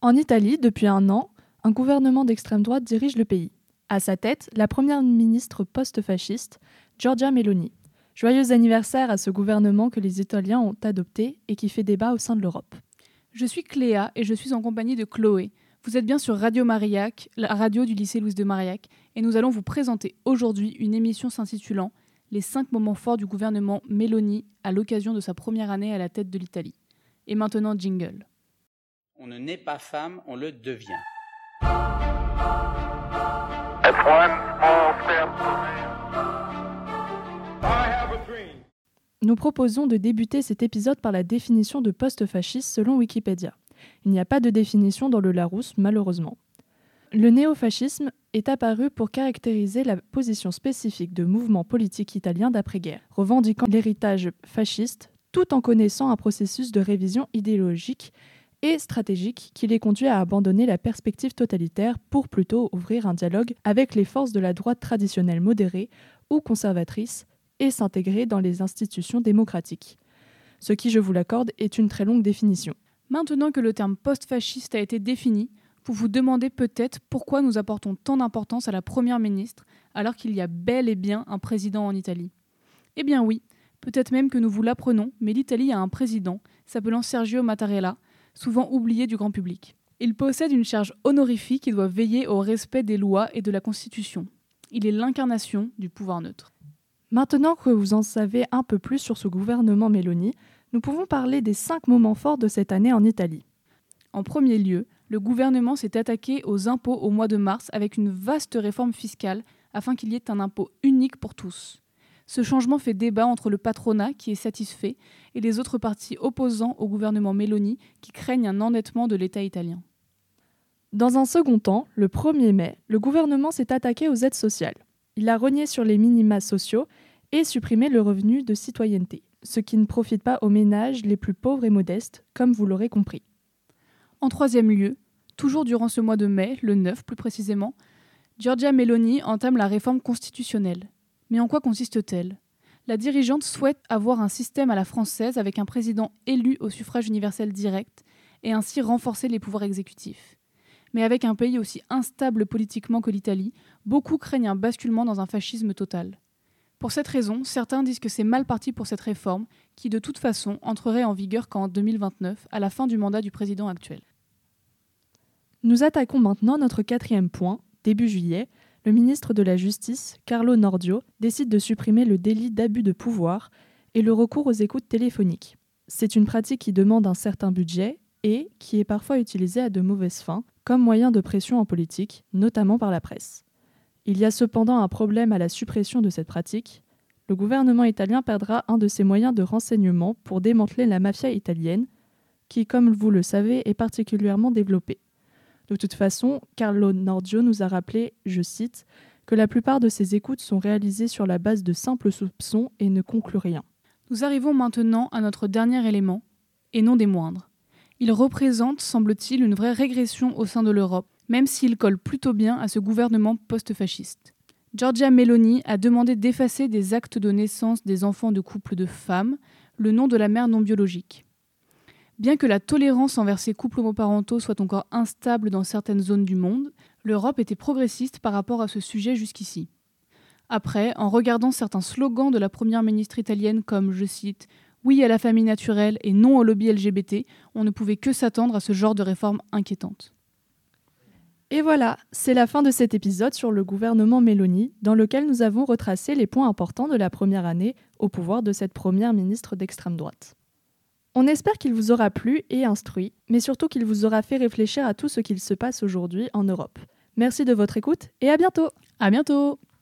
En Italie, depuis un an, un gouvernement d'extrême droite dirige le pays. À sa tête, la première ministre post-fasciste, Giorgia Meloni. Joyeux anniversaire à ce gouvernement que les Italiens ont adopté et qui fait débat au sein de l'Europe. Je suis Cléa et je suis en compagnie de Chloé. Vous êtes bien sur Radio Marillac, la radio du lycée Louise de Marillac, et nous allons vous présenter aujourd'hui une émission s'intitulant « Les 5 moments forts du gouvernement Meloni à l'occasion de sa première année à la tête de l'Italie ». Et maintenant, jingle. On ne naît pas femme, on le devient. Nous proposons de débuter cet épisode par la définition de post-fasciste selon Wikipédia. Il n'y a pas de définition dans le Larousse, malheureusement. Le néofascisme est apparu pour caractériser la position spécifique de mouvements politiques italiens d'après-guerre, revendiquant l'héritage fasciste, tout en connaissant un processus de révision idéologique et stratégique qui les conduit à abandonner la perspective totalitaire pour plutôt ouvrir un dialogue avec les forces de la droite traditionnelle modérée ou conservatrice et s'intégrer dans les institutions démocratiques. Ce qui, je vous l'accorde, est une très longue définition. Maintenant que le terme post-fasciste a été défini, vous vous demandez peut-être pourquoi nous apportons tant d'importance à la première ministre alors qu'il y a bel et bien un président en Italie. Eh bien oui, peut-être même que nous vous l'apprenons, mais l'Italie a un président, s'appelant Sergio Mattarella, souvent oublié du grand public. Il possède une charge honorifique qui doit veiller au respect des lois et de la Constitution. Il est l'incarnation du pouvoir neutre. Maintenant que vous en savez un peu plus sur ce gouvernement Meloni, nous pouvons parler des 5 moments forts de cette année en Italie. En premier lieu, le gouvernement s'est attaqué aux impôts au mois de mars avec une vaste réforme fiscale afin qu'il y ait un impôt unique pour tous. Ce changement fait débat entre le patronat, qui est satisfait, et les autres partis opposants au gouvernement Meloni, qui craignent un endettement de l'État italien. Dans un second temps, le 1er mai, le gouvernement s'est attaqué aux aides sociales. Il a rogné sur les minima sociaux et supprimé le revenu de citoyenneté, ce qui ne profite pas aux ménages les plus pauvres et modestes, comme vous l'aurez compris. En troisième lieu, toujours durant ce mois de mai, le 9 plus précisément, Giorgia Meloni entame la réforme constitutionnelle. Mais en quoi consiste-t-elle ? La dirigeante souhaite avoir un système à la française avec un président élu au suffrage universel direct et ainsi renforcer les pouvoirs exécutifs. Mais avec un pays aussi instable politiquement que l'Italie, beaucoup craignent un basculement dans un fascisme total. Pour cette raison, certains disent que c'est mal parti pour cette réforme qui, de toute façon, entrerait en vigueur qu'en 2029, à la fin du mandat du président actuel. Nous attaquons maintenant notre 4e point. Début juillet, le ministre de la Justice, Carlo Nordio, décide de supprimer le délit d'abus de pouvoir et le recours aux écoutes téléphoniques. C'est une pratique qui demande un certain budget et qui est parfois utilisée à de mauvaises fins, comme moyen de pression en politique, notamment par la presse. Il y a cependant un problème à la suppression de cette pratique. Le gouvernement italien perdra un de ses moyens de renseignement pour démanteler la mafia italienne, qui, comme vous le savez, est particulièrement développée. De toute façon, Carlo Nordio nous a rappelé, je cite, que la plupart de ces écoutes sont réalisées sur la base de simples soupçons et ne concluent rien. Nous arrivons maintenant à notre dernier élément, et non des moindres. Il représente, semble-t-il, une vraie régression au sein de l'Europe, même s'il colle plutôt bien à ce gouvernement post-fasciste. Giorgia Meloni a demandé d'effacer des actes de naissance des enfants de couples de femmes le nom de la mère non biologique. Bien que la tolérance envers ces couples homoparentaux soit encore instable dans certaines zones du monde, l'Europe était progressiste par rapport à ce sujet jusqu'ici. Après, en regardant certains slogans de la première ministre italienne comme, je cite, « Oui à la famille naturelle et non au lobby LGBT », on ne pouvait que s'attendre à ce genre de réforme inquiétante. Et voilà, c'est la fin de cet épisode sur le gouvernement Meloni, dans lequel nous avons retracé les points importants de la première année au pouvoir de cette première ministre d'extrême droite. On espère qu'il vous aura plu et instruit, mais surtout qu'il vous aura fait réfléchir à tout ce qu'il se passe aujourd'hui en Europe. Merci de votre écoute et à bientôt! À bientôt!